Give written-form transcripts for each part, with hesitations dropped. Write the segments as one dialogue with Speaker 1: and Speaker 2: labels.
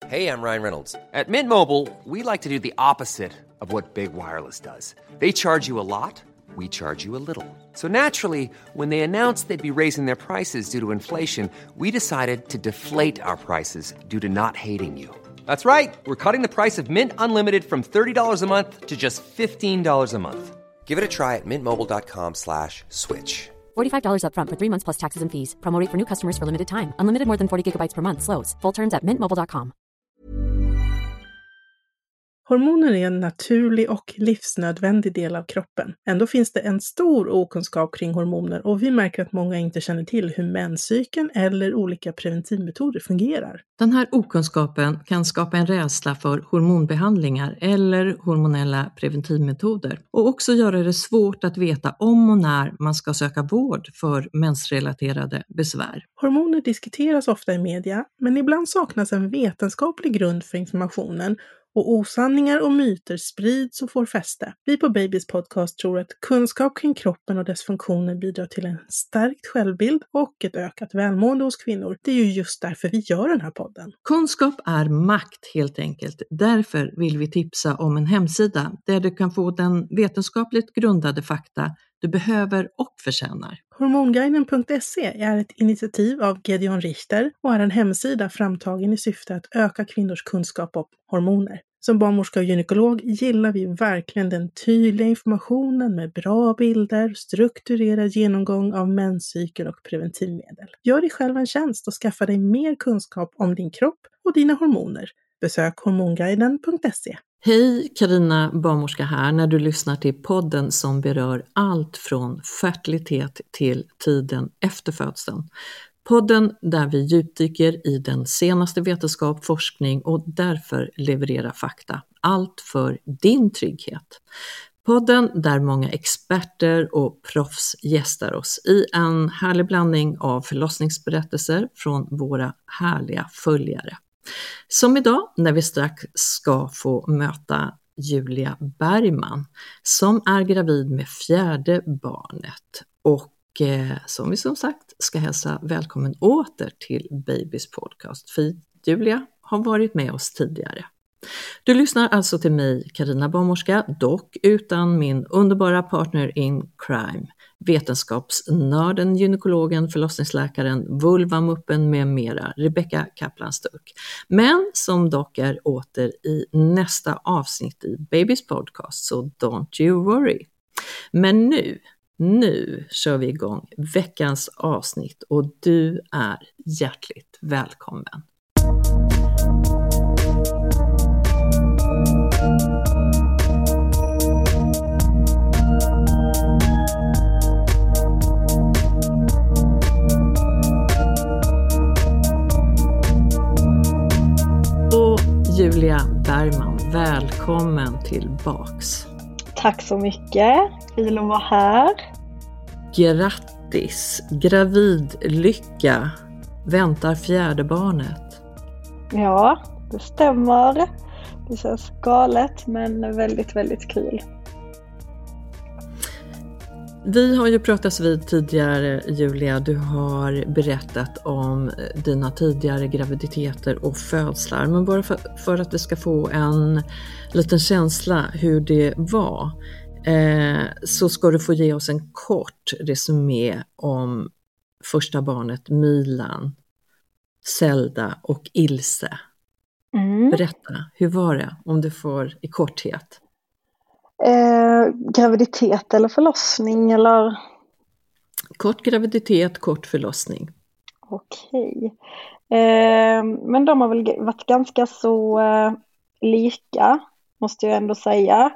Speaker 1: Hey, I'm Ryan Reynolds. At Mint Mobile, we like to do the opposite of what Big Wireless does. They charge you a lot, we charge you a little. So naturally, when they announced they'd be raising their prices due to inflation, we decided to deflate our prices due to not hating you. That's right. We're cutting the price of Mint Unlimited from $30 a month to just $15 a month. Give it a try at mintmobile.com/switch.
Speaker 2: $45 up front for 3 months plus taxes and fees. Promo rate for new customers for limited time. Unlimited more than 40 gigabytes per month. Slows full terms at mintmobile.com.
Speaker 3: Hormoner är en naturlig och livsnödvändig del av kroppen. Ändå finns det en stor okunskap kring hormoner och vi märker att många inte känner till hur menscykeln eller olika preventivmetoder fungerar.
Speaker 4: Den här okunskapen kan skapa en rädsla för hormonbehandlingar eller hormonella preventivmetoder och också göra det svårt att veta om och när man ska söka vård för mensrelaterade besvär.
Speaker 3: Hormoner diskuteras ofta i media, men ibland saknas en vetenskaplig grund för informationen och osanningar och myter sprids och får fäste. Vi på Babys podcast tror att kunskap kring kroppen och dess funktioner bidrar till en stärkt självbild och ett ökat välmående hos kvinnor. Det är ju just därför vi gör den här podden.
Speaker 4: Kunskap är makt helt enkelt. Därför vill vi tipsa om en hemsida där du kan få den vetenskapligt grundade fakta du behöver och förtjänar.
Speaker 3: Hormonguiden.se är ett initiativ av Gedeon Richter och är en hemsida framtagen i syfte att öka kvinnors kunskap om hormoner. Som barnmorska och gynekolog gillar vi verkligen den tydliga informationen med bra bilder, strukturerad genomgång av menscykel och preventivmedel. Gör dig själv en tjänst och skaffa dig mer kunskap om din kropp och dina hormoner. Besök hormonguiden.se.
Speaker 4: Hej, Carina barnmorska här när du lyssnar till podden som berör allt från fertilitet till tiden efter födseln. Podden där vi djupdyker i den senaste vetenskap, forskning och därför levererar fakta. Allt för din trygghet. Podden där många experter och proffs gästar oss i en härlig blandning av förlossningsberättelser från våra härliga följare. Som idag när vi strax ska få möta Julia Bergman som är gravid med 4:e barnet och som vi som sagt ska hälsa välkommen åter till Babys podcast, för Julia har varit med oss tidigare. Du lyssnar alltså till mig, Carina barnmorska, dock utan min underbara partner in crime, vetenskapsnörden, gynekologen, förlossningsläkaren, vulvamuppen med mera, Rebecca Kaplan-Sturk. Men som dock är åter i nästa avsnitt i Babys podcast, så don't you worry. Men nu kör vi igång veckans avsnitt och du är hjärtligt välkommen. Och Julia Bergman, välkommen tillbaks.
Speaker 5: Tack så mycket, kul att vara här.
Speaker 4: Grattis, gravidlycka, väntar 4:e barnet.
Speaker 5: Ja, det stämmer. Det känns galet men väldigt, väldigt kul.
Speaker 4: Vi har ju pratats vid tidigare, Julia. Du har berättat om dina tidigare graviditeter och födslar. Men bara för att det ska få en liten känsla hur det var, så ska du få ge oss en kort resumé om första barnet Milan, Zelda och Ilse. Berätta, hur var det om du får i korthet?
Speaker 5: Graviditet eller förlossning eller?
Speaker 4: Kort graviditet, kort förlossning.
Speaker 5: Okej. Men de har väl varit ganska så lika, måste jag ändå säga.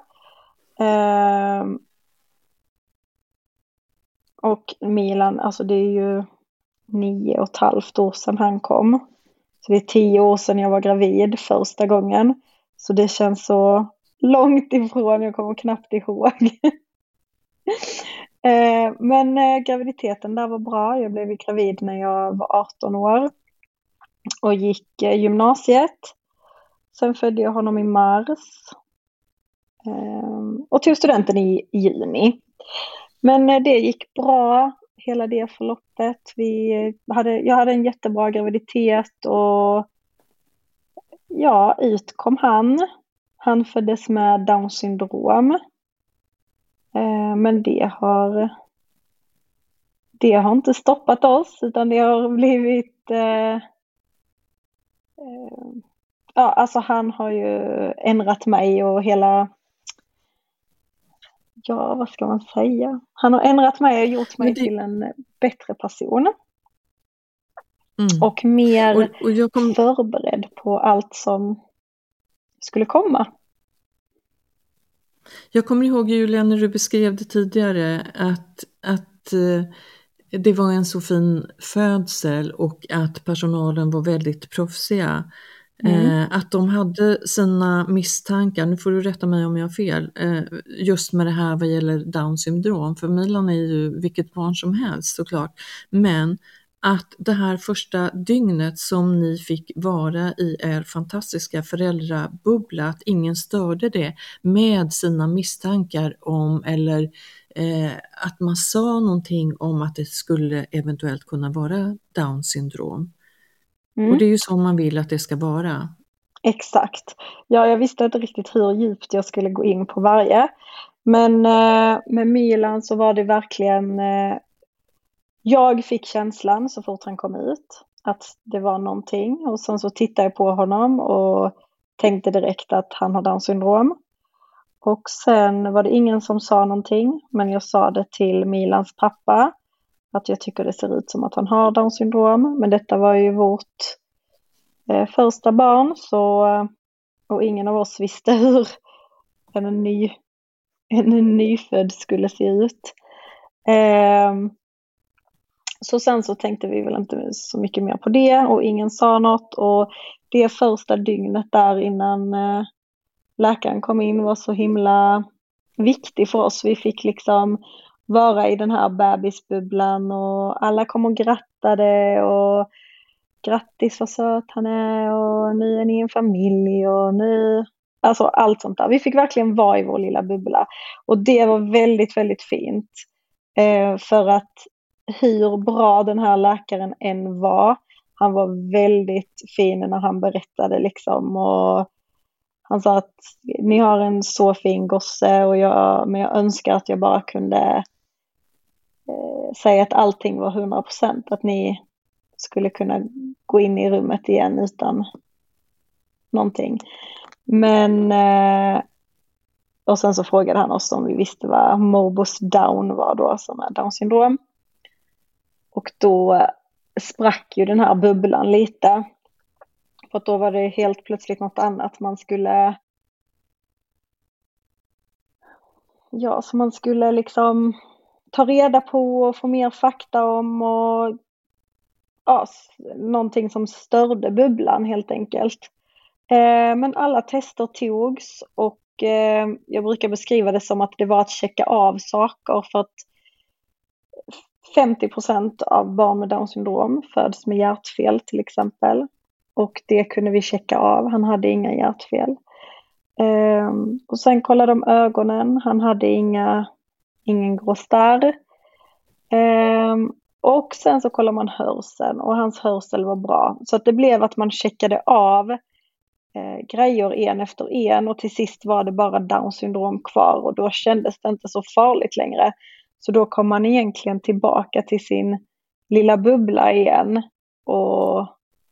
Speaker 5: Och Milan, alltså det är ju 9,5 år sedan han kom. Så det är 10 år sedan jag var gravid första gången. Så det känns så långt ifrån, jag kommer knappt ihåg. Men graviditeten där var bra. Jag blev gravid när jag var 18 år. Och gick gymnasiet. Sen födde jag honom i mars. Och tog studenten i juni. Men det gick bra. Hela det förloppet. Jag hade en jättebra graviditet. Och ja, ut kom han. Han föddes med Downs syndrom. Men det har inte stoppat oss, utan det har blivit... ja, alltså han har ju ändrat mig och hela... Ja, vad ska man säga? Han har ändrat mig och gjort mig till en bättre person. Och mer
Speaker 4: och jag
Speaker 5: förberedd på allt som skulle komma.
Speaker 4: Jag kommer ihåg, Julia, när du beskrev det tidigare, att det var en så fin födsel och att personalen var väldigt proffsiga. Att de hade sina misstankar, nu får du rätta mig om jag har fel, just med det här vad gäller Downs syndrom. För Milan är ju vilket barn som helst såklart. Men att det här första dygnet som ni fick vara i er fantastiska föräldrabubbla, att ingen störde det med sina misstankar om, eller att man sa någonting om att det skulle eventuellt kunna vara Downs syndrom. Och det är ju så man vill att det ska vara.
Speaker 5: Exakt. Ja, jag visste inte riktigt hur djupt jag skulle gå in på varje. Men med Milan så var det verkligen... jag fick känslan så fort han kom ut att det var någonting. Och sen så tittade jag på honom och tänkte direkt att han har Downs syndrom. Och sen var det ingen som sa någonting. Men jag sa det till Milans pappa. Att jag tycker det ser ut som att han har Downs syndrom. Men detta var ju vårt första barn. Och ingen av oss visste hur en nyfödd skulle se ut. Så sen så tänkte vi väl inte så mycket mer på det. Och ingen sa något. Och det första dygnet där innan läkaren kom in var så himla viktig för oss. Vi fick liksom vara i den här bebisbubblan och alla kom och grattade och grattis vad söt han är och nu är ni en familj och nu, alltså allt sånt där. Vi fick verkligen vara i vår lilla bubbla och det var väldigt, väldigt fint för att hur bra den här läkaren än var, han var väldigt fin när han berättade liksom, och han sa att ni har en så fin gosse men jag önskar att jag bara kunde säga att allting var 100%, att ni skulle kunna gå in i rummet igen utan någonting. Men och sen så frågade han oss om vi visste vad morbus Down var då, som är Downs syndrom. Och då sprack ju den här bubblan lite. För att då var det helt plötsligt något annat man skulle... Ja, så man skulle liksom ta reda på och få mer fakta om och ja, någonting som störde bubblan helt enkelt. Men alla tester togs och jag brukar beskriva det som att det var att checka av saker, för att 50% av barn med Downs syndrom föds med hjärtfel till exempel. Och det kunde vi checka av. Han hade inga hjärtfel. Och sen kollade de ögonen. Han hade ingen grå starr. Och sen så kollade man hörseln. Och hans hörsel var bra. Så att det blev att man checkade av grejer en efter en. Och till sist var det bara Downs syndrom kvar. Och då kändes det inte så farligt längre. Så då kom man egentligen tillbaka till sin lilla bubbla igen. Och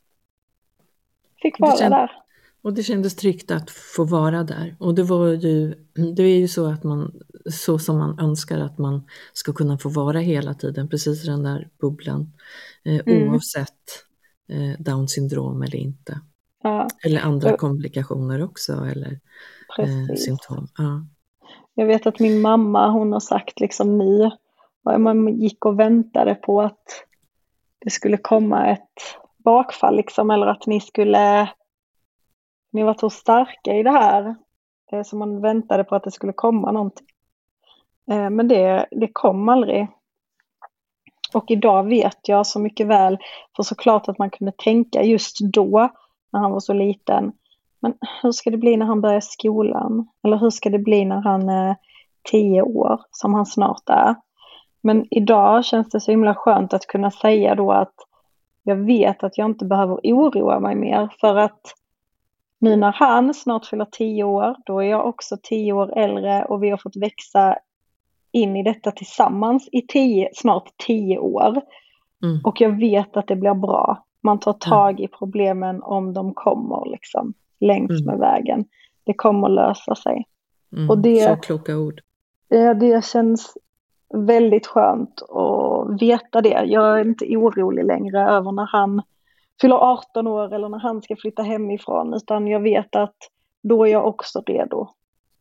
Speaker 5: fick vara där.
Speaker 4: Och det kändes tryggt att få vara där. Och det är ju så att så som man önskar att man ska kunna få vara hela tiden, precis i den där bubblan, oavsett Downs syndrom eller inte.
Speaker 5: Ja.
Speaker 4: Eller andra komplikationer också, eller symptom. Ja.
Speaker 5: Jag vet att min mamma, hon har sagt liksom man gick och väntade på att det skulle komma ett bakfall liksom, eller att ni var så starka i det här. Så man väntade på att det skulle komma någonting. Men det kom aldrig. Och idag vet jag så mycket väl, för såklart att man kunde tänka just då när han var så liten. Men hur ska det bli när han börjar skolan? Eller hur ska det bli när han är 10 år, som han snart är? Men idag känns det så himla skönt att kunna säga då att jag vet att jag inte behöver oroa mig mer, för att nu när han snart fyller 10 år, då är jag också 10 år äldre och vi har fått växa in i detta tillsammans i snart 10 år. Och jag vet att det blir bra. Man tar tag i problemen om de kommer liksom längs med vägen. Det kommer lösa sig. Och
Speaker 4: så kloka ord.
Speaker 5: Det känns väldigt skönt att veta det. Jag är inte orolig längre över när han fyller 18 år eller när han ska flytta hemifrån, utan jag vet att då är jag också redo.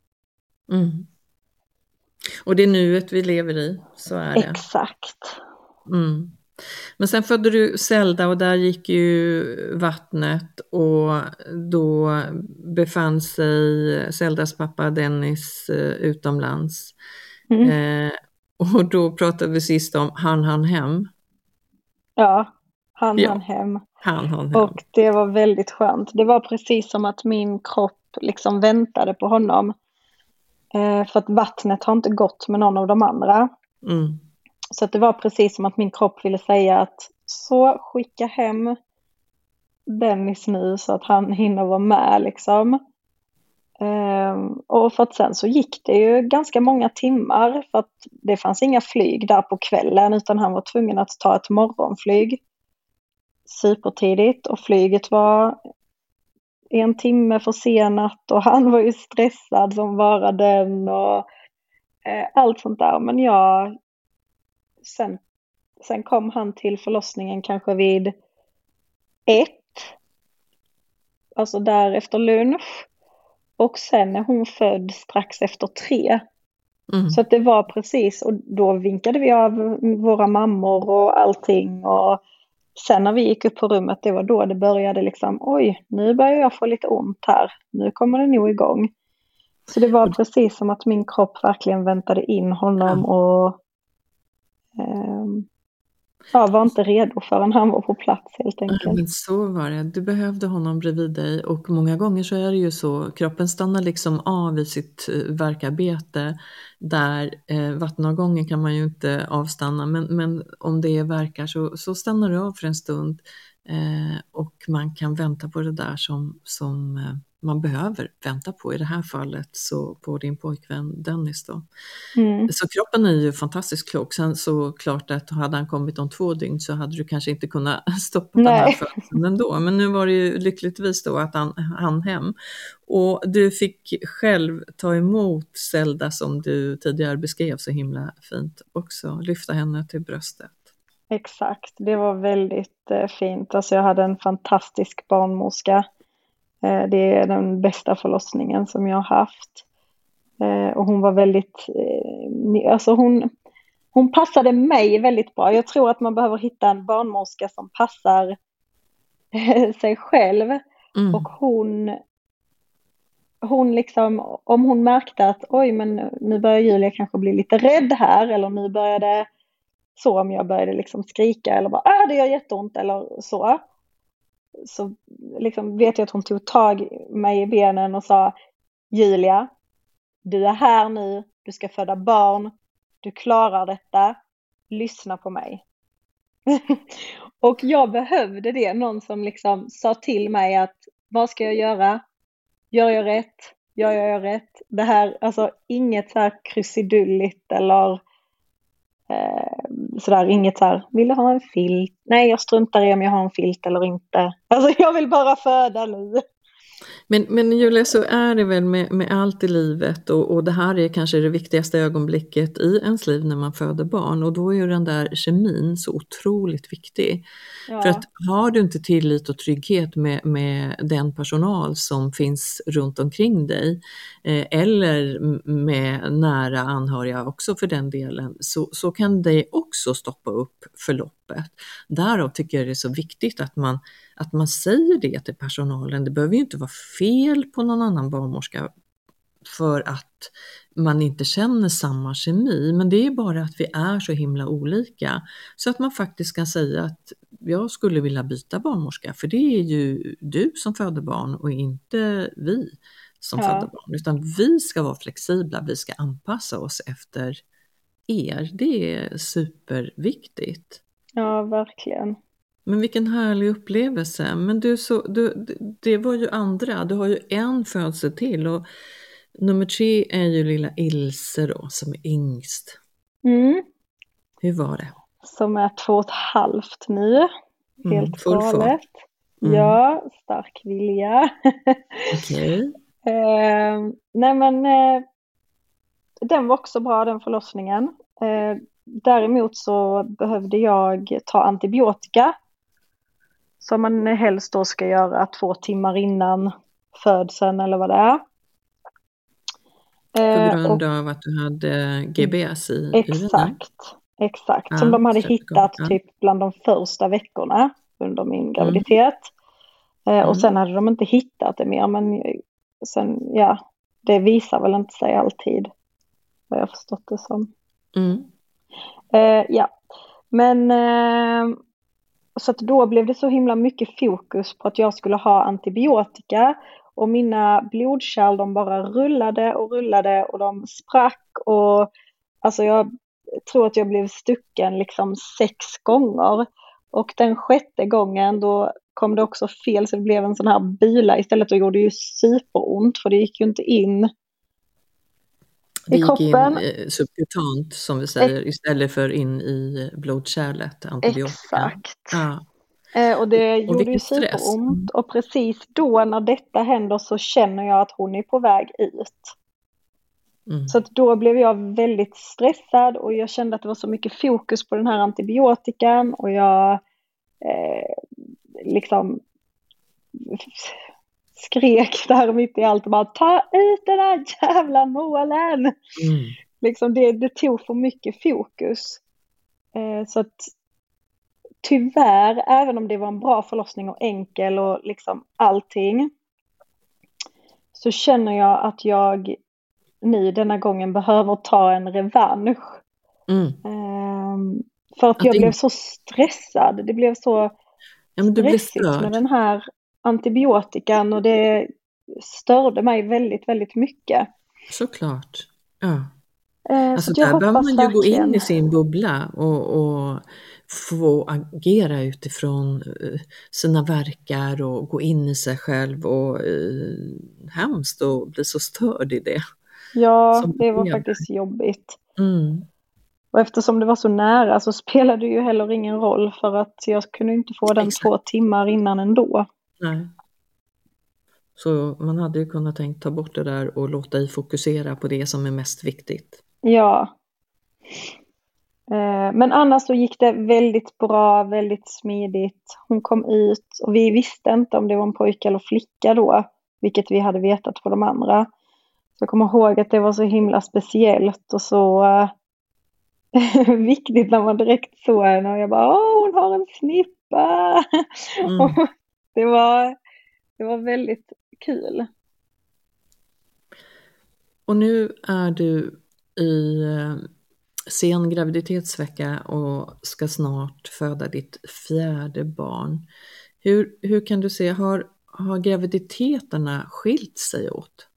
Speaker 4: Och det är nuet vi lever i, så är det.
Speaker 5: Exakt.
Speaker 4: Men sen födde du Zelda och där gick ju vattnet och då befann sig Zeldas pappa Dennis utomlands. Och då pratade vi sist om han hem.
Speaker 5: Ja, han hem. Och det var väldigt skönt. Det var precis som att min kropp liksom väntade på honom. För att vattnet har inte gått med någon av de andra. Så att det var precis som att min kropp ville säga att så skicka hem Dennis nu så att han hinner vara med liksom. Och för att sen så gick det ju ganska många timmar för att det fanns inga flyg där på kvällen, utan han var tvungen att ta ett morgonflyg supertidigt och flyget var 1 timme försenat och han var ju stressad som bara den och allt sånt där. Men sen kom han till förlossningen kanske vid 1, alltså där efter lunch, och sen är hon född strax efter 3. Så att det var precis, och då vinkade vi av våra mammor och allting, och sen när vi gick upp på rummet, det var då det började liksom, oj, nu börjar jag få lite ont här, nu kommer det nog igång. Så det var precis som att min kropp verkligen väntade in honom och var inte redo förrän han var på plats helt enkelt.
Speaker 4: Men så var det, du behövde honom bredvid dig, och många gånger så är det ju så, kroppen stannar liksom av i sitt värkarbete där vattenavgången kan man ju inte avstanna, men om det verkar så stannar det av för en stund och man kan vänta på det där som man behöver vänta på, i det här fallet så på din pojkvän Dennis då. Så kroppen är ju fantastiskt klok. Sen så klart att hade han kommit om 2 dygn så hade du kanske inte kunnat stoppa den här födseln ändå. Men nu var det ju lyckligtvis då att han hem. Och du fick själv ta emot Zelda, som du tidigare beskrev så himla fint också, lyfta henne till bröstet.
Speaker 5: Exakt, det var väldigt fint. Alltså jag hade en fantastisk barnmorska. Det är den bästa förlossningen som jag har haft. Och hon var väldigt, alltså hon passade mig väldigt bra. Jag tror att man behöver hitta en barnmorska som passar sig själv. Och hon liksom, om hon märkte att oj, men nu börjar Julia kanske bli lite rädd här, eller nu började så, om jag började liksom skrika eller bara det gör jätteont eller så liksom vet jag att hon tog tag mig i benen och sa, Julia, du är här nu, du ska föda barn, du klarar detta, lyssna på mig. Och jag behövde det, någon som liksom sa till mig att vad ska jag göra? Gör jag rätt? Gör jag rätt? Det här, alltså inget så här krusidulligt eller sådär, inget så här, vill du ha en filt? Nej, jag struntar i om jag har en filt eller inte. Alltså jag vill bara föda nu.
Speaker 4: Men Julia, så är det väl med allt i livet, och det här är kanske det viktigaste ögonblicket i ens liv när man föder barn, och då är ju den där kemin så otroligt viktig. Ja. För att har du inte tillit och trygghet med den personal som finns runt omkring dig, eller med nära anhöriga också för den delen, så kan det också stoppa upp förloppet. Därav tycker jag det är så viktigt att man säger det till personalen. Det behöver ju inte vara fel på någon annan barnmorska för att man inte känner samma kemi, men det är bara att vi är så himla olika, så att man faktiskt kan säga att jag skulle vilja byta barnmorska, för det är ju du som föder barn och inte vi som föder barn, utan vi ska vara flexibla, vi ska anpassa oss efter er. Det är superviktigt.
Speaker 5: Ja, verkligen.
Speaker 4: Men vilken härlig upplevelse. Men det var ju andra. Du har ju en födelse till. Och nummer 3 är ju lilla Ilse då, som är yngst. Hur var det?
Speaker 5: Som är 2,5 nu. Helt
Speaker 4: full
Speaker 5: galet.
Speaker 4: fart.
Speaker 5: Ja, stark vilja.
Speaker 4: Okej.
Speaker 5: Nej men den var också bra, den förlossningen. Däremot så behövde jag ta antibiotika. Som man helst då ska göra 2 timmar innan födseln eller vad det är.
Speaker 4: På grund av att du hade GBS i urinen?
Speaker 5: Exakt. Som de hade hittat typ bland de första veckorna under min graviditet. Och sen hade de inte hittat det mer. Men sen, ja, det visar väl inte sig alltid. Vad jag förstått det som. Ja, men så att då blev det så himla mycket fokus på att jag skulle ha antibiotika. Och mina blodkärl, de bara rullade och de sprack. Och alltså jag tror att jag blev stucken liksom 6 gånger. Och den 6:e gången då kom det också fel, så det blev en sån här bila istället, och gjorde ju superont för det gick ju inte in i kroppen.
Speaker 4: Det gick in subkutant som vi säger istället för in i blodkärlet, antibiotika.
Speaker 5: Exakt.
Speaker 4: Ja.
Speaker 5: Och det gjorde ju superont. Och precis då när detta händer så känner jag att hon är på väg ut. Så att då blev jag väldigt stressad och jag kände att det var så mycket fokus på den här antibiotikan. Och jag liksom skrek där mitt i allt och bara ta ut den här jävla nålen. Liksom det tog för mycket fokus. Så att tyvärr, även om det var en bra förlossning och enkel och liksom allting, så känner jag att jag nu denna gången behöver ta en revansch. För att jag blev så stressad. Det blev så stressigt med den här antibiotikan och det störde mig väldigt, väldigt mycket.
Speaker 4: Såklart. Ja. Alltså
Speaker 5: så
Speaker 4: där behöver man ju gå in i sin bubbla och få agera utifrån sina verkar och gå in i sig själv och hemskt och bli så störd i det.
Speaker 5: Ja, det var faktiskt jobbigt. Och eftersom det var så nära så spelade det ju heller ingen roll, för att jag kunde inte få den 2 timmar innan ändå. Nej.
Speaker 4: Så man hade ju kunnat tänkt ta bort det där och låta dig fokusera på det som är mest viktigt.
Speaker 5: Ja. Men annars så gick det väldigt bra, väldigt smidigt. Hon kom ut och vi visste inte om det var en pojke eller flicka då, vilket vi hade vetat på de andra. Så jag kommer ihåg att det var så himla speciellt och så viktigt när man direkt såg henne och jag bara, hon har en snippa. Det var väldigt kul.
Speaker 4: Och nu är du i sen graviditetsvecka och ska snart föda ditt 4:e barn. Hur kan du se, har graviditeterna skilt sig åt?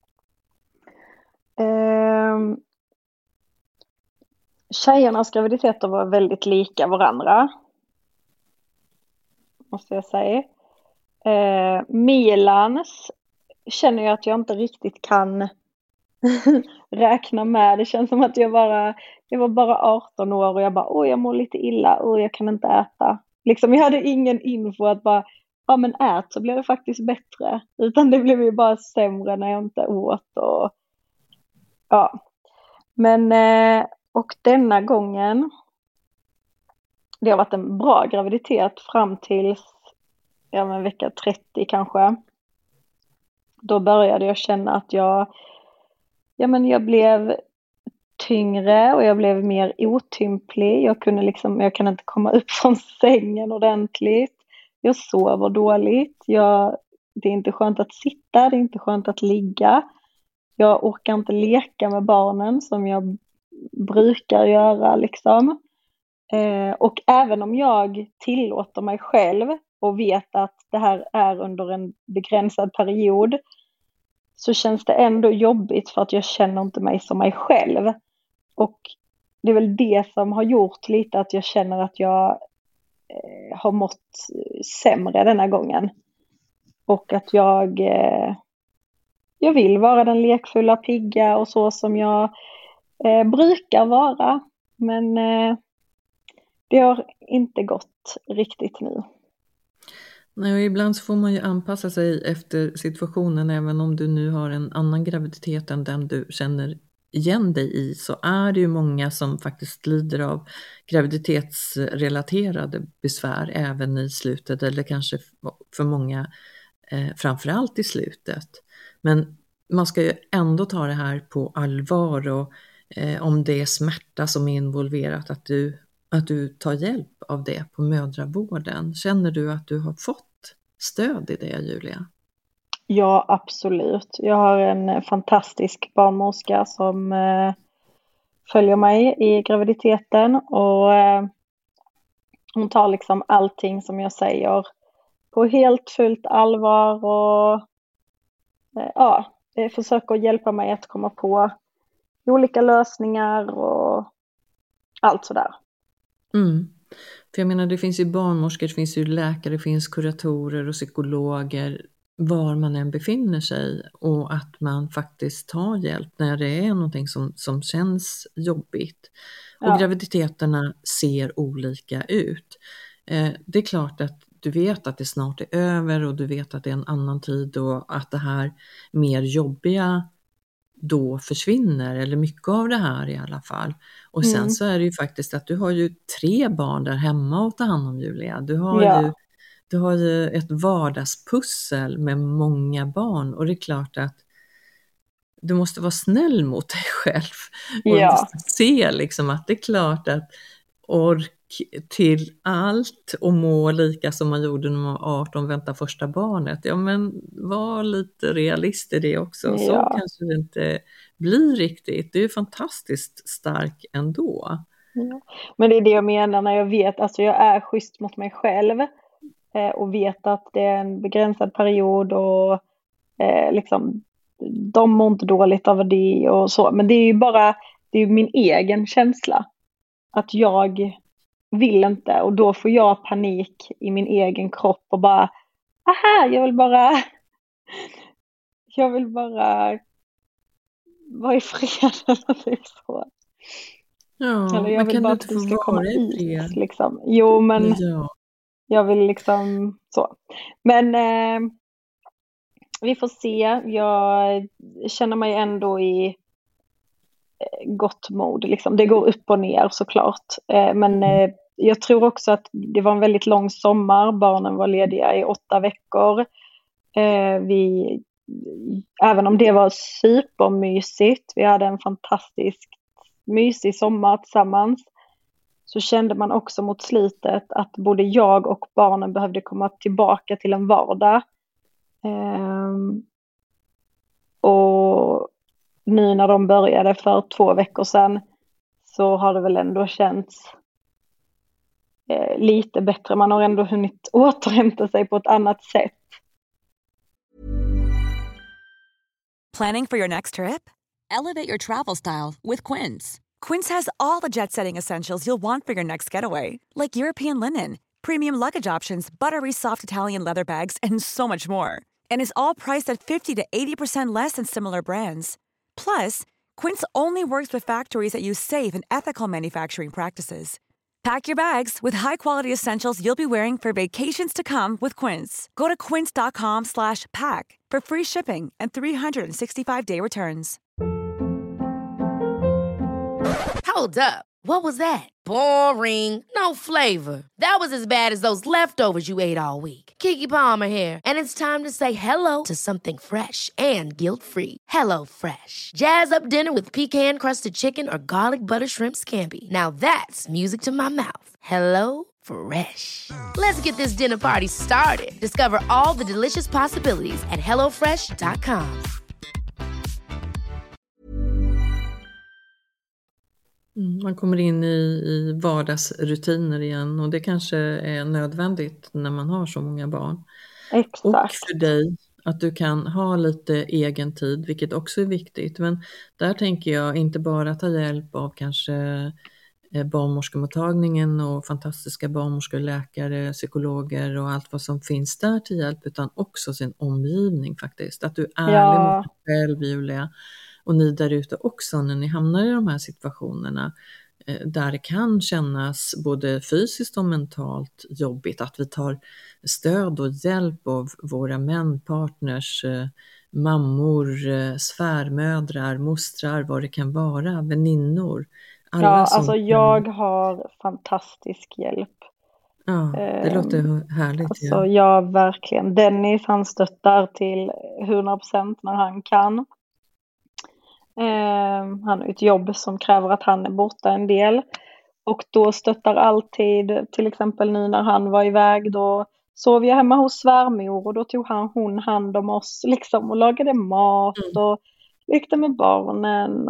Speaker 5: Tjejernas graviditeter var väldigt lika varandra, måste jag säga. Milans känner jag att jag inte riktigt kan räkna med. Det känns som att jag var bara 18 år och jag bara, jag mår lite illa och jag kan inte äta. Liksom jag hade ingen info att bara, men ät så blir det faktiskt bättre. Utan det blev ju bara sämre när jag inte åt och ja. Men och denna gången, det har varit en bra graviditet fram till vecka 30 kanske. Då började jag känna att jag blev tyngre och jag blev mer otymplig. Jag kan inte komma upp från sängen ordentligt. Jag sover dåligt. Det är inte skönt att sitta, det är inte skönt att ligga. Jag orkar inte leka med barnen som jag brukar göra liksom. Och även om jag tillåter mig själv och vet att det här är under en begränsad period, så känns det ändå jobbigt för att jag känner inte mig som mig själv. Och det är väl det som har gjort lite att jag känner att jag har mått sämre denna gången. Och att jag vill vara den lekfulla, pigga och så som jag brukar vara. Men det har inte gått riktigt nu.
Speaker 4: Nej, och ibland så får man ju anpassa sig efter situationen. Även om du nu har en annan graviditet än den du känner igen dig i, så är det ju många som faktiskt lider av graviditetsrelaterade besvär även i slutet, eller kanske för många framförallt i slutet. Men man ska ju ändå ta det här på allvar, och om det är smärta som är involverat, att du tar hjälp av det på mödravården. Känner du att du har fått stöd i det, Julia?
Speaker 5: Ja, absolut. Jag har en fantastisk barnmorska som följer mig i graviditeten, och hon tar liksom allting som jag säger på helt fullt allvar, och försöker hjälpa mig att komma på olika lösningar och allt sådär.
Speaker 4: För jag menar, det finns ju barnmorskor, det finns ju läkare, det finns kuratorer och psykologer var man än befinner sig, och att man faktiskt tar hjälp när det är någonting som känns jobbigt. Och graviditeterna ser olika ut. Det är klart att du vet att det snart är över, och du vet att det är en annan tid, och att det här mer jobbiga då försvinner, eller mycket av det här i alla fall. Och sen så är det ju faktiskt att du har ju 3 barn där hemma att ta hand om, Julia. Du har ju ett vardagspussel med många barn, och det är klart att du måste vara snäll mot dig själv och se liksom att det är klart att ork till allt och må lika som man gjorde när man var 18, vänta första barnet. Ja, men var lite realist i det också. Så kanske det inte blir riktigt. Det är ju fantastiskt stark ändå.
Speaker 5: Ja. Men det är det jag menar när jag vet, alltså jag är schysst mot mig själv och vet att det är en begränsad period, och liksom de mår inte dåligt av det och så. Men det är ju bara, det är ju min egen känsla att jag vill inte, och då får jag panik i min egen kropp och bara, jag vill bara vara i fred eller typ så.
Speaker 4: Ja,
Speaker 5: eller jag vill bara att du ska komma ut liksom. Jo, men jag vill liksom så. Men vi får se. Jag känner mig ändå i gott mod liksom. Det går upp och ner såklart. Men jag tror också att det var en väldigt lång sommar. Barnen var lediga i 8 veckor. Även om det var supermysigt. Vi hade en fantastisk mysig sommar tillsammans. Så kände man också mot slutet att både jag och barnen behövde komma tillbaka till en vardag. Och nu när de började för 2 veckor sedan så har det väl ändå känts lite bättre. Man har ändå hunnit återhämta sig på ett annat sätt.
Speaker 6: Planning for your next trip? Elevate your travel style with Quince. Quince has all the jet-setting essentials you'll want for your next getaway, like European linen, premium luggage options, buttery soft Italian leather bags, and so much more. And is all priced at 50 to 80% less than similar brands. Plus, Quince only works with factories that use safe and ethical manufacturing practices. Pack your bags with high-quality essentials you'll be wearing for vacations to come with Quince. Go to quince.com/pack for free shipping and 365-day returns.
Speaker 7: Hold up. What was that? Boring. No flavor. That was as bad as those leftovers you ate all week. Keke Palmer here, and it's time to say hello to something fresh and guilt-free. Hello Fresh. Jazz up dinner with pecan-crusted chicken or garlic butter shrimp scampi. Now that's music to my mouth. Hello Fresh. Let's get this dinner party started. Discover all the delicious possibilities at hellofresh.com.
Speaker 4: Man kommer in i vardagsrutiner igen, och det kanske är nödvändigt när man har så många barn.
Speaker 5: Exakt.
Speaker 4: Och för dig att du kan ha lite egen tid, vilket också är viktigt. Men där tänker jag inte bara ta hjälp av kanske barnmorskemottagningen och fantastiska barnmorskor, läkare, psykologer och allt vad som finns där till hjälp, utan också sin omgivning faktiskt. Att du är ärlig mot dig själv, Julia, och ni där ute också när ni hamnar i de här situationerna där det kan kännas både fysiskt och mentalt jobbigt, att vi tar stöd och hjälp av våra män, partners, mammor, svärmödrar, mostrar, vad det kan vara, väninnor. Alla
Speaker 5: alltså jag har fantastisk hjälp.
Speaker 4: Ja, det låter härligt.
Speaker 5: Alltså jag verkligen, Dennis han stöttar till 100% när han kan. Han har ett jobb som kräver att han är borta en del. Och då stöttar alltid, till exempel nu när han var iväg, då sov jag hemma hos svärmor och då tog hon hand om oss liksom och lagade mat och lekte med barnen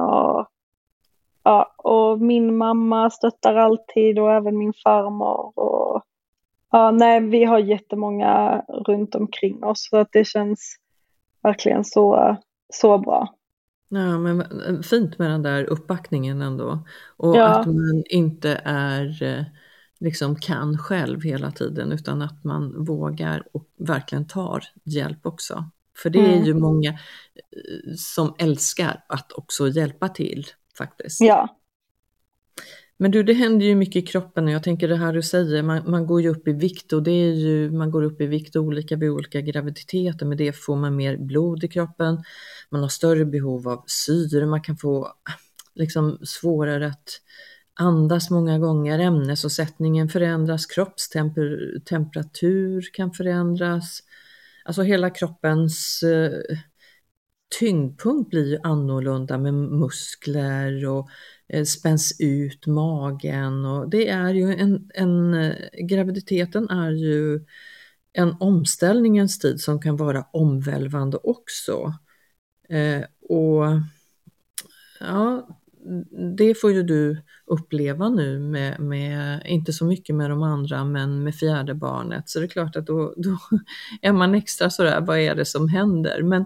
Speaker 5: och min mamma stöttar alltid och även min farmor och vi har jättemånga runt omkring oss så att det känns verkligen så bra.
Speaker 4: Ja, men fint med den där uppbackningen ändå. Och att man inte är liksom kan själv hela tiden, utan att man vågar och verkligen tar hjälp också. För det är ju många som älskar att också hjälpa till faktiskt.
Speaker 5: Ja.
Speaker 4: Men du, det händer ju mycket i kroppen och jag tänker det här du säger, man går ju upp i vikt och det är ju, man går upp i vikt olika vid olika graviditeter, med det får man mer blod i kroppen, man har större behov av syre, man kan få liksom svårare att andas många gånger, ämnesomsättningen förändras, kroppstemperatur kan förändras, alltså hela kroppens tyngdpunkt blir ju annorlunda med muskler och spänns ut magen och det är ju graviditeten är ju en omställningens tid som kan vara omvälvande också. Och ja, det får ju du uppleva nu med inte så mycket med de andra men med fjärde barnet, så det är klart att då är man extra sådär, vad är det som händer? Men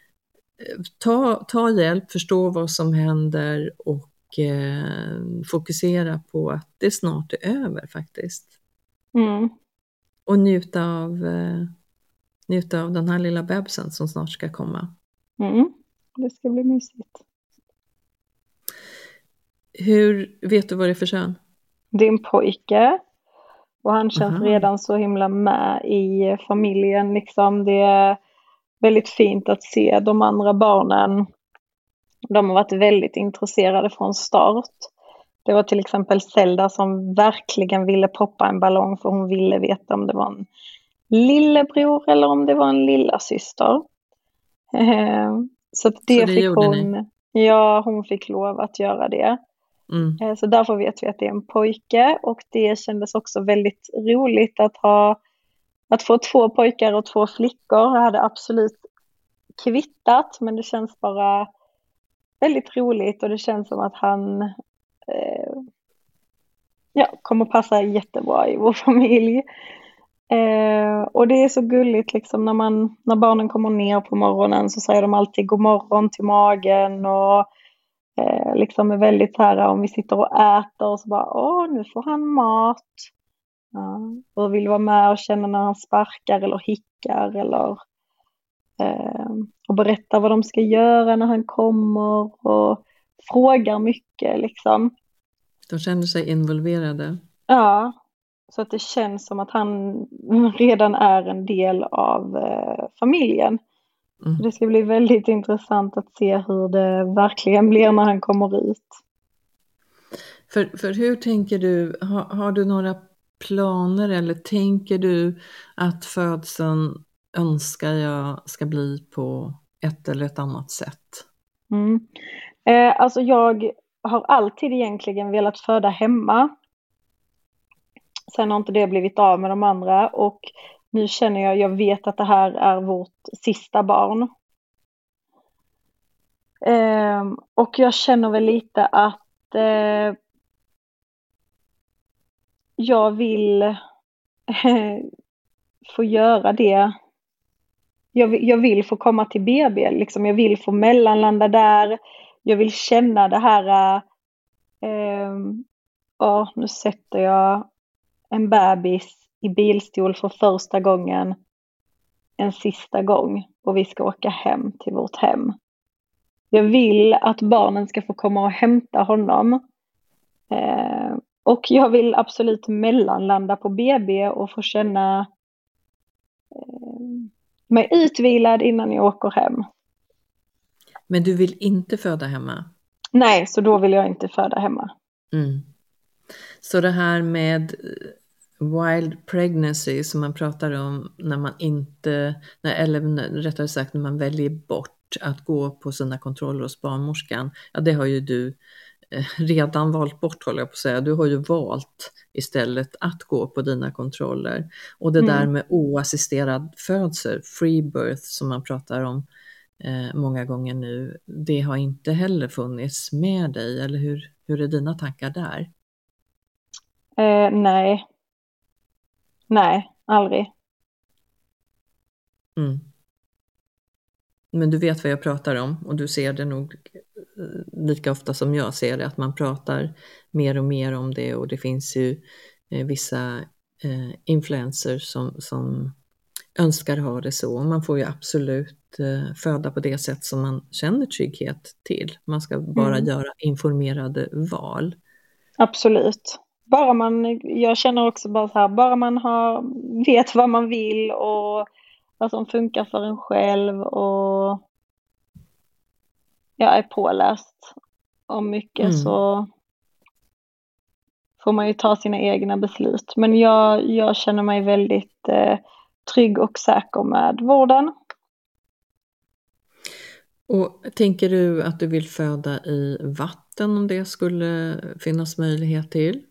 Speaker 4: ta hjälp, förstå vad som händer och fokusera på att det snart är över faktiskt. Och njuta av den här lilla bebisen som snart ska komma.
Speaker 5: Det ska bli mysigt.
Speaker 4: Hur vet du vad det är för kön?
Speaker 5: Det är en pojke och han känns redan så himla med i familjen liksom. Det är väldigt fint att se de andra barnen. De har varit väldigt intresserade från start. Det var till exempel Zelda som verkligen ville poppa en ballong för hon ville veta om det var en lillebror eller om det var en lilla syster. Så att det fick hon. Ja, hon fick lov att göra det. Så därför vet vi att det är en pojke och det kändes också väldigt roligt att få 2 pojkar och 2 flickor. Jag hade absolut kvittat, men det känns bara väldigt roligt och det känns som att han kommer passa jättebra i vår familj. Och det är så gulligt liksom när barnen kommer ner på morgonen så säger de alltid god morgon till magen och liksom är väldigt här om vi sitter och äter och så bara nu får han mat. Och vill vara med och känna när han sparkar eller hickar eller och berätta vad de ska göra när han kommer och frågar mycket liksom.
Speaker 4: De känner sig involverade.
Speaker 5: Ja, så att det känns som att han redan är en del av familjen. Det ska bli väldigt intressant att se hur det verkligen blir när han kommer ut.
Speaker 4: För hur tänker du, har du några planer eller tänker du att födseln önskar jag ska bli på ett eller ett annat sätt?
Speaker 5: Alltså jag har alltid egentligen velat föda hemma. Sen har inte det blivit av med de andra och nu känner jag vet att det här är vårt sista barn. Och jag känner väl lite att jag vill få göra det. Jag vill få komma till BB liksom. Jag vill få mellanlanda där. Jag vill känna det här nu sätter jag en bebis i bilstol för första gången en sista gång och vi ska åka hem till vårt hem. Jag vill att barnen ska få komma och hämta honom. Och jag vill absolut mellanlanda på BB och få känna mig utvilad innan jag åker hem.
Speaker 4: Men du vill inte föda hemma?
Speaker 5: Nej, så då vill jag inte föda hemma.
Speaker 4: Så det här med wild pregnancy som man pratar om när man inte, eller rättare sagt när man väljer bort att gå på sina kontroller hos barnmorskan, ja det har ju du redan valt bort, håller jag på att säga. Du har ju valt istället att gå på dina kontroller. Och det där med oassisterad födsel, free birth som man pratar om många gånger nu, det har inte heller funnits med dig, eller hur är dina tankar där?
Speaker 5: Nej, aldrig.
Speaker 4: Men du vet vad jag pratar om och du ser det nog lika ofta som jag ser det, att man pratar mer och mer om det, och det finns ju vissa influencers som önskar ha det så. Man får ju absolut föda på det sätt som man känner trygghet till. Man ska bara göra informerade val.
Speaker 5: Absolut. Jag känner också bara så här, bara man vet vad man vill och vad som funkar för en själv och jag är påläst om mycket så får man ju ta sina egna beslut. Men jag känner mig väldigt trygg och säker med vården.
Speaker 4: Och tänker du att du vill föda i vatten om det skulle finnas möjlighet till?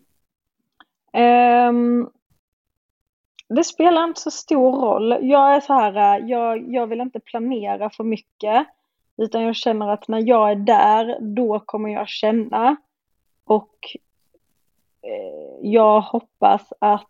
Speaker 5: Det spelar inte så stor roll. Jag är så här, jag vill inte planera för mycket. Utan jag känner att när jag är där, då kommer jag känna. Och jag hoppas att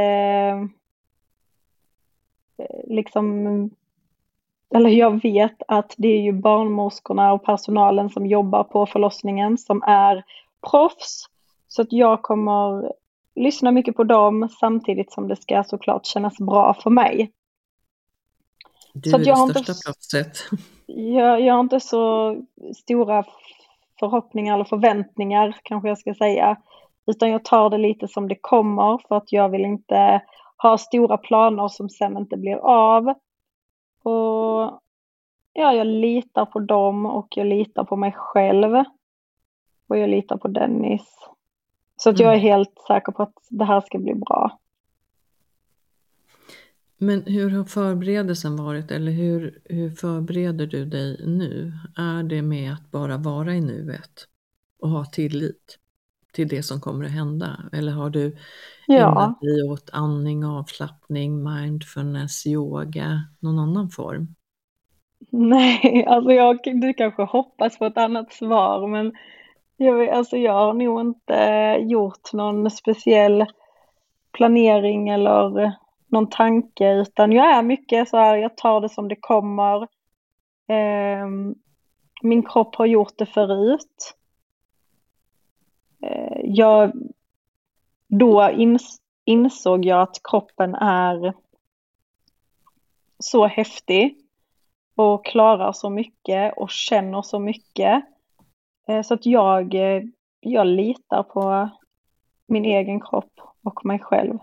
Speaker 5: eller jag vet att det är ju barnmorskorna och personalen som jobbar på förlossningen som är proffs. Så att jag kommer lyssna mycket på dem samtidigt som det ska såklart kännas bra för mig.
Speaker 4: Du
Speaker 5: så
Speaker 4: är
Speaker 5: att jag
Speaker 4: det största proffset.
Speaker 5: Jag har inte så stora förhoppningar eller förväntningar kanske jag ska säga. Utan jag tar det lite som det kommer för att jag vill inte ha stora planer som sen inte blir av. Och ja, jag litar på dem och jag litar på mig själv. Och jag litar på Dennis. Så att jag är helt säker på att det här ska bli bra.
Speaker 4: Men hur har förberedelsen varit, eller hur förbereder du dig nu? Är det med att bara vara i nuet och ha tillit till det som kommer att hända? Eller har du ägnat dig åt andning, avslappning, mindfulness, yoga, någon annan form?
Speaker 5: Nej, alltså du kanske hoppas på ett annat svar, men jag har nog inte gjort någon speciell planering eller någon tanke, utan jag är mycket så här, jag tar det som det kommer. Min kropp har gjort det förut. Då insåg jag att kroppen är så häftig och klarar så mycket och känner så mycket. Så att jag litar på min egen kropp och mig själv.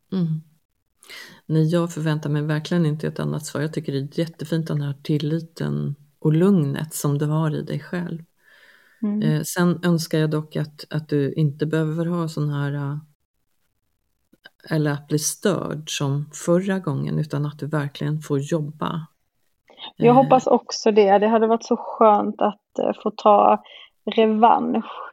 Speaker 4: Nej, jag förväntar mig verkligen inte ett annat svar. Jag tycker det är jättefint den här tilliten och lugnet som du har i dig själv. Sen önskar jag dock att du inte behöver ha sån här eller att bli störd som förra gången, utan att du verkligen får jobba.
Speaker 5: Jag hoppas också det. Det hade varit så skönt att få ta revansch.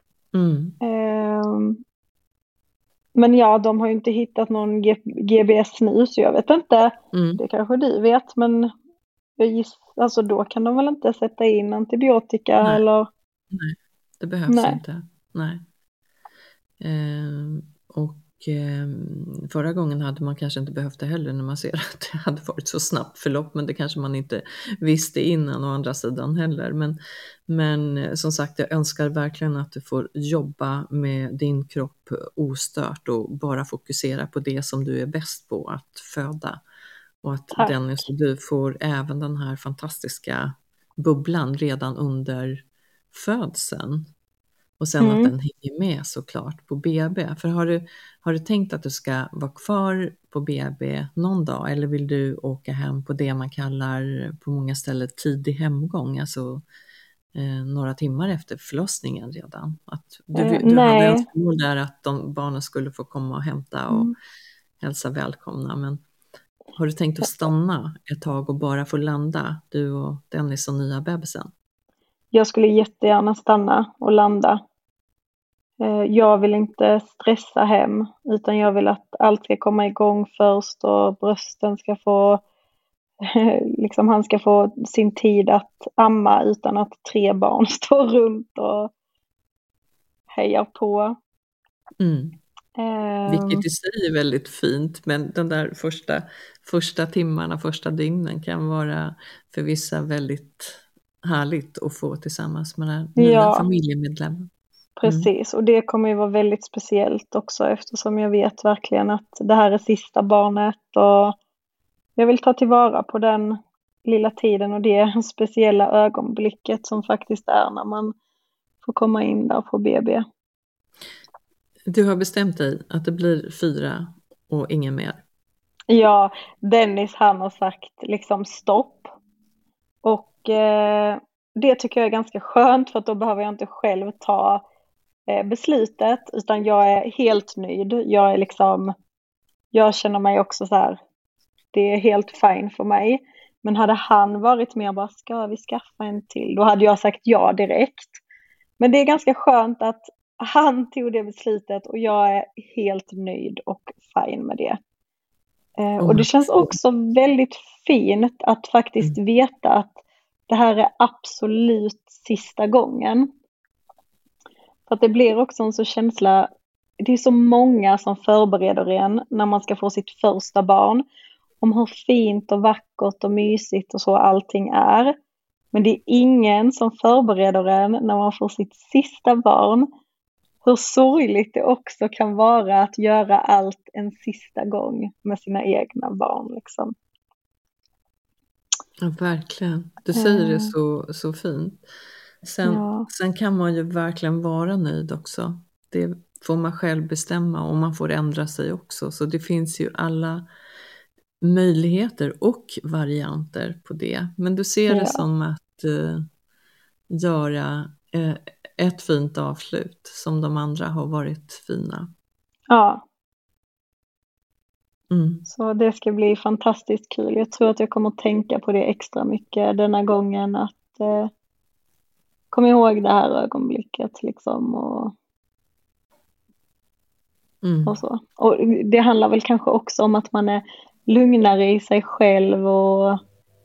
Speaker 5: Men ja, de har ju inte hittat någon GBS nu, så jag vet inte. Det kanske du vet, men alltså då kan de väl inte sätta in antibiotika?
Speaker 4: Nej.
Speaker 5: Eller?
Speaker 4: Nej, det behövs inte. Nej. Och förra gången hade man kanske inte behövt det heller när man ser att det hade varit så snabbt förlopp, men det kanske man inte visste innan å andra sidan heller. Men som sagt, jag önskar verkligen att du får jobba med din kropp ostört och bara fokusera på det som du är bäst på, att föda. Och att
Speaker 5: Tack.
Speaker 4: Dennis, du får även den här fantastiska bubblan redan under födseln. Och sen att den hänger med såklart på BB. För har du tänkt att du ska vara kvar på BB någon dag? Eller vill du åka hem på det man kallar på många ställen tidig hemgång? Alltså några timmar efter förlossningen redan. Att du hade önskemål där att barnen skulle få komma och hämta och hälsa välkomna. Men har du tänkt att stanna ett tag och bara få landa, du och Dennis och nya bebisen?
Speaker 5: Jag skulle jättegärna stanna och landa. Jag vill inte stressa hem, utan jag vill att allt ska komma igång först och brösten ska få, liksom han ska få sin tid att amma utan att 3 barn står runt och hejar på.
Speaker 4: Vilket i sig är väldigt fint, men den där första timmarna, första dygnen kan vara för vissa väldigt härligt att få tillsammans med den nya familjemedlemmen.
Speaker 5: Precis, och det kommer ju vara väldigt speciellt också, eftersom jag vet verkligen att det här är sista barnet och jag vill ta tillvara på den lilla tiden och det speciella ögonblicket som faktiskt är när man får komma in där på BB.
Speaker 4: Du har bestämt dig att det blir 4 och ingen mer?
Speaker 5: Ja, Dennis han har sagt liksom stopp. Och det tycker jag är ganska skönt, för att då behöver jag inte själv ta beslutet, utan jag är helt nöjd. Jag känner mig också så här, det är helt fine för mig. Men hade han varit med och bara, ska vi skaffa en till? Då hade jag sagt ja direkt. Men det är ganska skönt att han tog det beslutet och jag är helt nöjd och fine med det. Och det känns också väldigt fint att faktiskt veta att det här är absolut sista gången. För att det blir också en så känsla, det är så många som förbereder en när man ska få sitt första barn, om hur fint och vackert och mysigt och så allting är. Men det är ingen som förbereder en när man får sitt sista barn, hur sorgligt det också kan vara att göra allt en sista gång med sina egna barn liksom.
Speaker 4: Ja, verkligen. Du säger det så fint. Sen kan man ju verkligen vara nöjd också. Det får man själv bestämma och man får ändra sig också. Så det finns ju alla möjligheter och varianter på det. Men du ser det som att göra ett fint avslut som de andra har varit fina.
Speaker 5: Ja. Så det ska bli fantastiskt kul. Jag tror att jag kommer att tänka på det extra mycket denna gången, att kom ihåg det här ögonblicket liksom och så. Och det handlar väl kanske också om att man är lugnare i sig själv och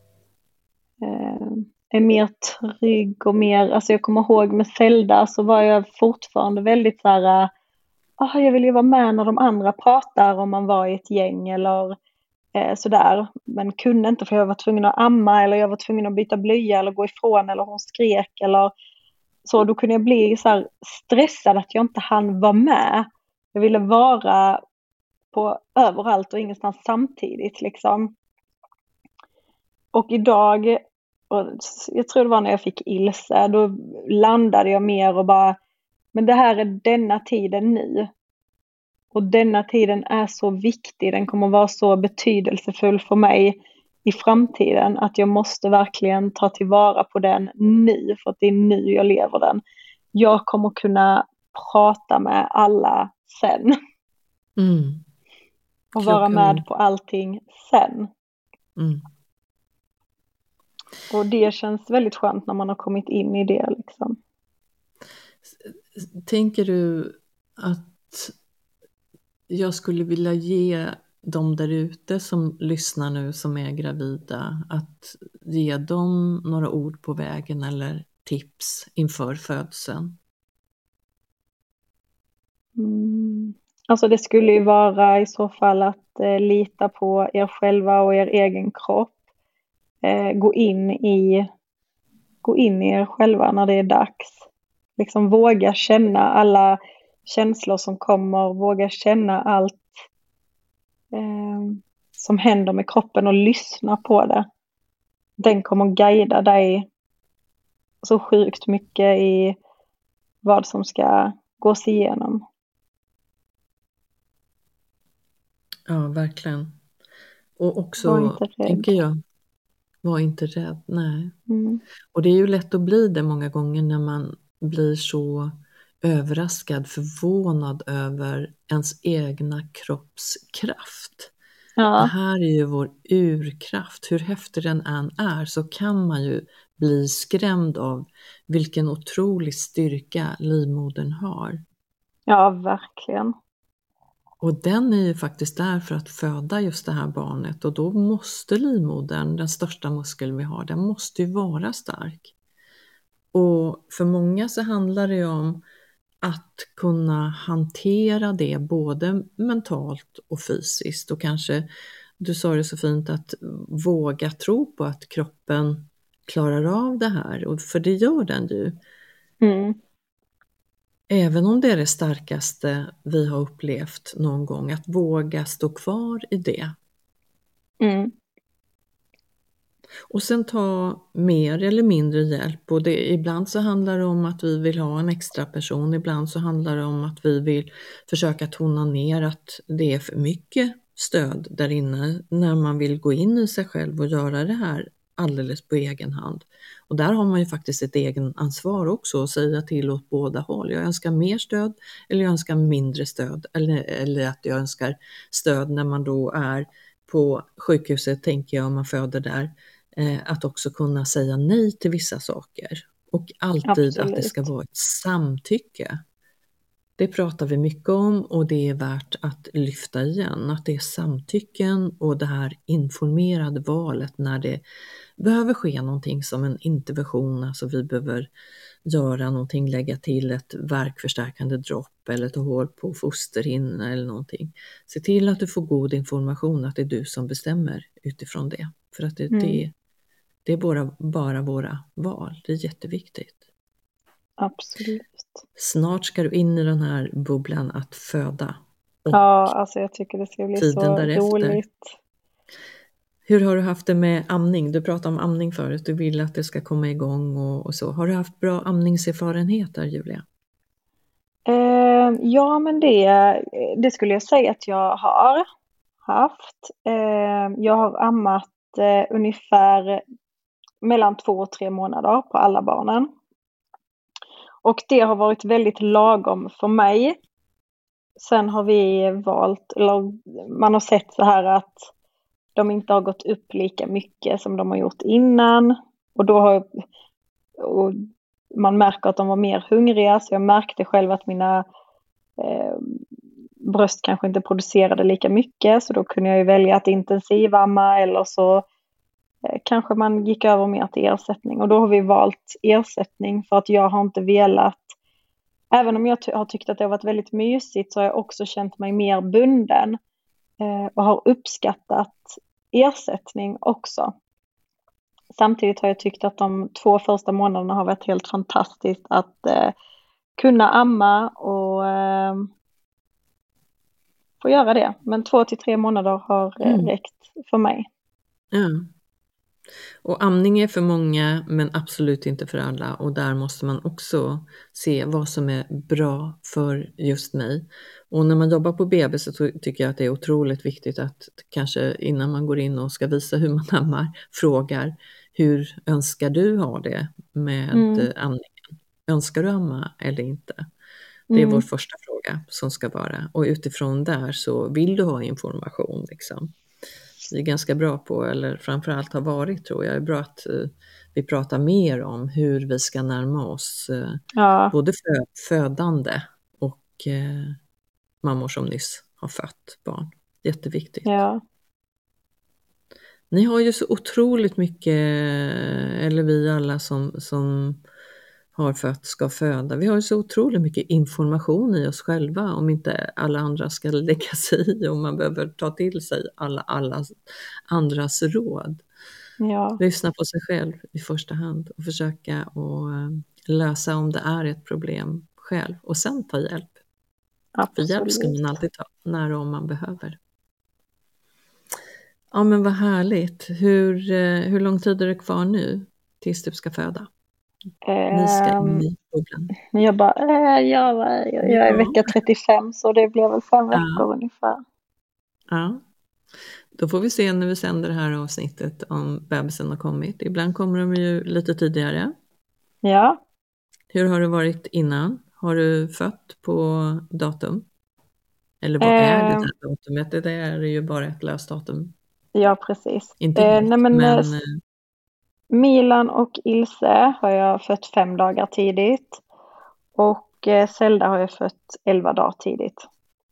Speaker 5: är mer trygg och mer, alltså jag kommer ihåg med Zelda så var jag fortfarande väldigt så här, jag vill ju vara med när de andra pratar om man var i ett gäng eller sådär, men kunde inte för jag var tvungen att amma eller jag var tvungen att byta blöja eller gå ifrån eller hon skrek eller så, då kunde jag bli så här stressad att jag inte hann vara med. Jag ville vara på överallt och ingenstans samtidigt liksom. Och idag, och jag tror det var när jag fick Ilse, då landade jag mer och bara, men det här är denna tiden nu. Och denna tiden är så viktig, den kommer vara så betydelsefull för mig i framtiden att jag måste verkligen ta tillvara på den nu, för att det är nu jag lever den. Jag kommer kunna prata med alla sen. Och vara med på allting sen. Och det känns väldigt skönt när man har kommit in i det liksom.
Speaker 4: Tänker du att jag skulle vilja ge de där ute som lyssnar nu som är gravida, att ge dem några ord på vägen eller tips inför födseln?
Speaker 5: Alltså det skulle ju vara i så fall att lita på er själva och er egen kropp. Gå in i er själva när det är dags. Liksom våga känna alla känslor som kommer. Våga känna allt som händer med kroppen och lyssna på det. Den kommer guida dig så sjukt mycket i vad som ska gås igenom.
Speaker 4: Ja, verkligen. Och också, tänker jag, var inte rädd. Nej. Och det är ju lätt att bli det många gånger när man blir så överraskad, förvånad över ens egna kroppskraft.
Speaker 5: Ja.
Speaker 4: Det här är ju vår urkraft. Hur häftig den än är så kan man ju bli skrämd av vilken otrolig styrka livmodern har.
Speaker 5: Ja, verkligen.
Speaker 4: Och den är ju faktiskt där för att föda just det här barnet, och då måste livmodern, den största muskeln vi har, den måste ju vara stark. Och för många så handlar det ju om att kunna hantera det både mentalt och fysiskt, och kanske, du sa det så fint, att våga tro på att kroppen klarar av det här, och för det gör den ju. Även om det är det starkaste vi har upplevt någon gång, att våga stå kvar i det. Och sen ta mer eller mindre hjälp. Och ibland så handlar det om att vi vill ha en extra person. Ibland så handlar det om att vi vill försöka tona ner att det är för mycket stöd där inne när man vill gå in i sig själv och göra det här alldeles på egen hand. Och där har man ju faktiskt ett egen ansvar också att säga till åt båda håll. Jag önskar mer stöd eller jag önskar mindre stöd. Eller att jag önskar stöd när man då är på sjukhuset, tänker jag, om man föder där. Att också kunna säga nej till vissa saker. Och alltid
Speaker 5: Absolut.
Speaker 4: Att det ska vara ett samtycke. Det pratar vi mycket om, och det är värt att lyfta igen. Att det är samtycken och det här informerade valet när det behöver ske någonting som en intervention. Alltså vi behöver göra någonting, lägga till ett värkförstärkande dropp eller ta hål på fosterhinna eller någonting. Se till att du får god information, att det är du som bestämmer utifrån det. För att det är bara våra val. Det är jätteviktigt.
Speaker 5: Absolut.
Speaker 4: Snart ska du in i den här bubblan att föda.
Speaker 5: Ja, alltså jag tycker det ska bli så
Speaker 4: därefter.
Speaker 5: roligt.
Speaker 4: Hur har du haft det med amning? Du pratade om amning förut. Du vill att det ska komma igång och så. Har du haft bra amningserfarenheter, Julia?
Speaker 5: Ja, men det skulle jag säga att jag har haft. Jag har ammat ungefär mellan 2 och 3 månader på alla barnen. Och det har varit väldigt lagom för mig. Sen har vi valt, eller man har sett så här att de inte har gått upp lika mycket som de har gjort innan. Och då och man märker att de var mer hungriga. Så jag märkte själv att mina bröst kanske inte producerade lika mycket. Så då kunde jag ju välja att intensivamma, eller så kanske man gick över mer till ersättning. Och då har vi valt ersättning för att jag har inte velat, även om jag har tyckt att det har varit väldigt mysigt, så har jag också känt mig mer bunden och har uppskattat ersättning också. Samtidigt har jag tyckt att de 2 första månaderna har varit helt fantastiskt att kunna amma och få göra det. Men 2 till 3 månader har räckt för mig.
Speaker 4: Ja. Och amning är för många men absolut inte för alla, och där måste man också se vad som är bra för just mig. Och när man jobbar på BB så tycker jag att det är otroligt viktigt att kanske innan man går in och ska visa hur man ammar, frågar hur önskar du ha det med amningen? Önskar du amma eller inte? Det är vår första fråga som ska vara, och utifrån där så vill du ha information liksom. Vi är ganska bra på, eller framförallt har varit, tror jag, är bra att vi pratar mer om hur vi ska närma oss både födande och mammor som nyss har fött barn. Jätteviktigt.
Speaker 5: Ja.
Speaker 4: Ni har ju så otroligt mycket, eller vi alla som har fött ska föda. Vi har ju så otroligt mycket information i oss själva om inte alla andra ska lägga sig i och man behöver ta till sig alla andras råd.
Speaker 5: Ja.
Speaker 4: Lyssna på sig själv i första hand och försöka att lösa om det är ett problem själv och sen ta hjälp.
Speaker 5: Absolut.
Speaker 4: För hjälp ska man alltid ta när och om man behöver. Ja, men vad härligt. Hur lång tid är det kvar nu tills du ska föda? Ni ska in i bubblan.
Speaker 5: Jag är vecka 35 så det blir väl 5 veckor ungefär.
Speaker 4: Ja. Då får vi se när vi sänder det här avsnittet om bebisen har kommit. Ibland kommer de ju lite tidigare.
Speaker 5: Ja.
Speaker 4: Hur har det varit innan? Har du fött på datum? Eller vad är det där datumet? Det är ju bara ett löst datum.
Speaker 5: Ja, precis.
Speaker 4: Inte men
Speaker 5: Milan och Ilse har jag fött 5 dagar tidigt. Och Zelda har jag fött 11 dagar tidigt.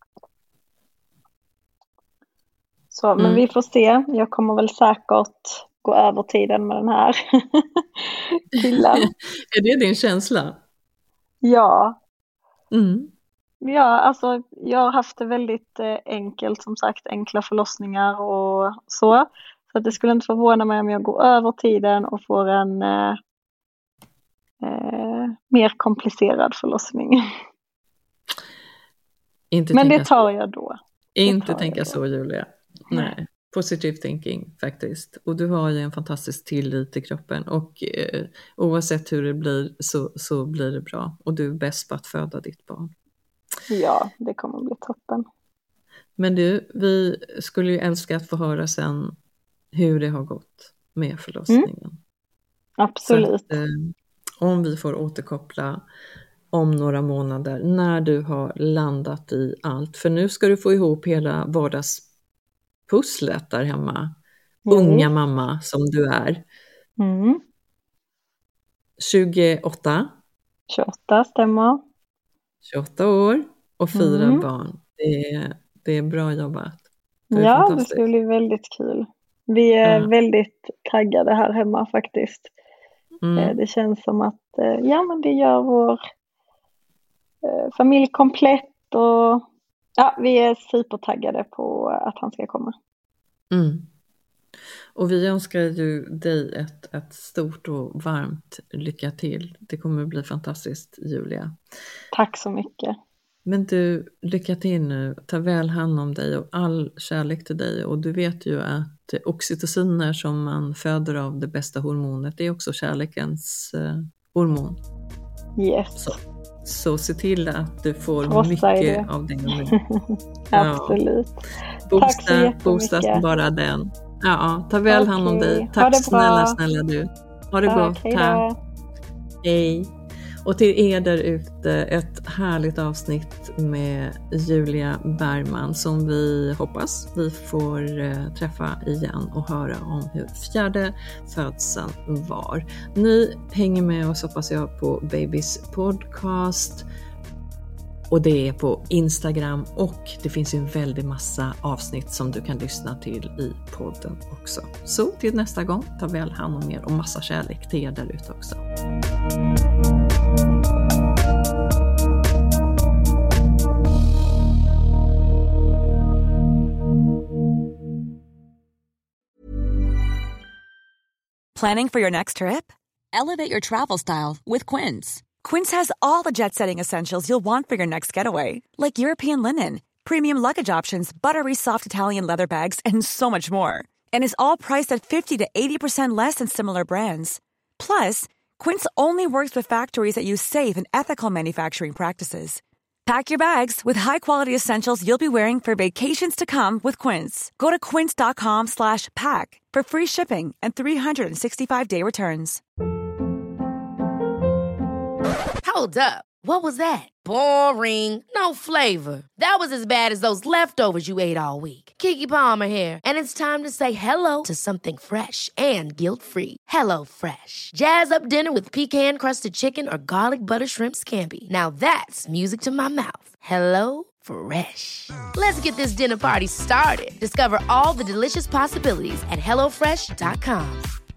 Speaker 5: Så, men vi får se. Jag kommer väl säkert gå över tiden med den här killen.
Speaker 4: Är det din känsla?
Speaker 5: Ja.
Speaker 4: Mm.
Speaker 5: Ja, alltså jag har haft det väldigt enkelt, som sagt, enkla förlossningar och så. Så att det skulle inte förvåna mig om jag går över tiden och får en mer komplicerad förlossning. Men det tar jag då.
Speaker 4: Inte tänka så, Julia. Nej, positive thinking faktiskt. Och du har ju en fantastisk tillit till kroppen. Och oavsett hur det blir så blir det bra. Och du är bäst på att föda ditt barn.
Speaker 5: Ja, det kommer bli toppen.
Speaker 4: Men du, vi skulle ju älska att få höra sen hur det har gått med förlossningen.
Speaker 5: Absolut.
Speaker 4: Så att, om vi får återkoppla om några månader när du har landat i allt. För nu ska du få ihop hela vardagspusslet där hemma. Unga mamma som du är. 28.
Speaker 5: 28 stämmer.
Speaker 4: 28 år och 4 barn. Det är bra jobbat.
Speaker 5: Det ska bli väldigt kul. Vi är väldigt taggade här hemma faktiskt. Det känns som att men det gör vår familj komplett och vi är supertaggade på att han ska komma.
Speaker 4: Och vi önskar ju dig ett stort och varmt lycka till. Det kommer att bli fantastiskt, Julia.
Speaker 5: Tack så mycket.
Speaker 4: Men du, lycka till nu. Ta väl hand om dig och all kärlek till dig. Och du vet ju att oxytociner som man föder av det bästa hormonet, det är också kärlekens hormon.
Speaker 5: Yes.
Speaker 4: Så se till att du får mycket av det.
Speaker 5: Absolut. Tack så jättemycket.
Speaker 4: Boosta bara den. Ja, ta väl hand om dig. Tack snälla du. Ha det gott. Tack. Hej. Och till er där ute, ett härligt avsnitt med Julia Bergman som vi hoppas vi får träffa igen och höra om hur 4:e födseln var. Ni hänger med oss, hoppas jag, på Babys podcast. Och det är på Instagram och det finns ju en väldigt massa avsnitt som du kan lyssna till i podden också. Så till nästa gång, ta väl hand om er och massa kärlek till er där ute också.
Speaker 6: Planning for your next trip? Elevate your travel style with Quince. Quince has all the jet-setting essentials you'll want for your next getaway, like European linen, premium luggage options, buttery soft Italian leather bags, and so much more. And is all priced at 50 to 80% less than similar brands. Plus, Quince only works with factories that use safe and ethical manufacturing practices. Pack your bags with high-quality essentials you'll be wearing for vacations to come with Quince. Go to quince.com/pack for free shipping and 365-day returns.
Speaker 7: Hold up. What was that? Boring. No flavor. That was as bad as those leftovers you ate all week. Keke Palmer here, and it's time to say hello to something fresh and guilt-free. Hello Fresh. Jazz up dinner with pecan-crusted chicken or garlic butter shrimp scampi. Now that's music to my mouth. Hello Fresh. Let's get this dinner party started. Discover all the delicious possibilities at hellofresh.com.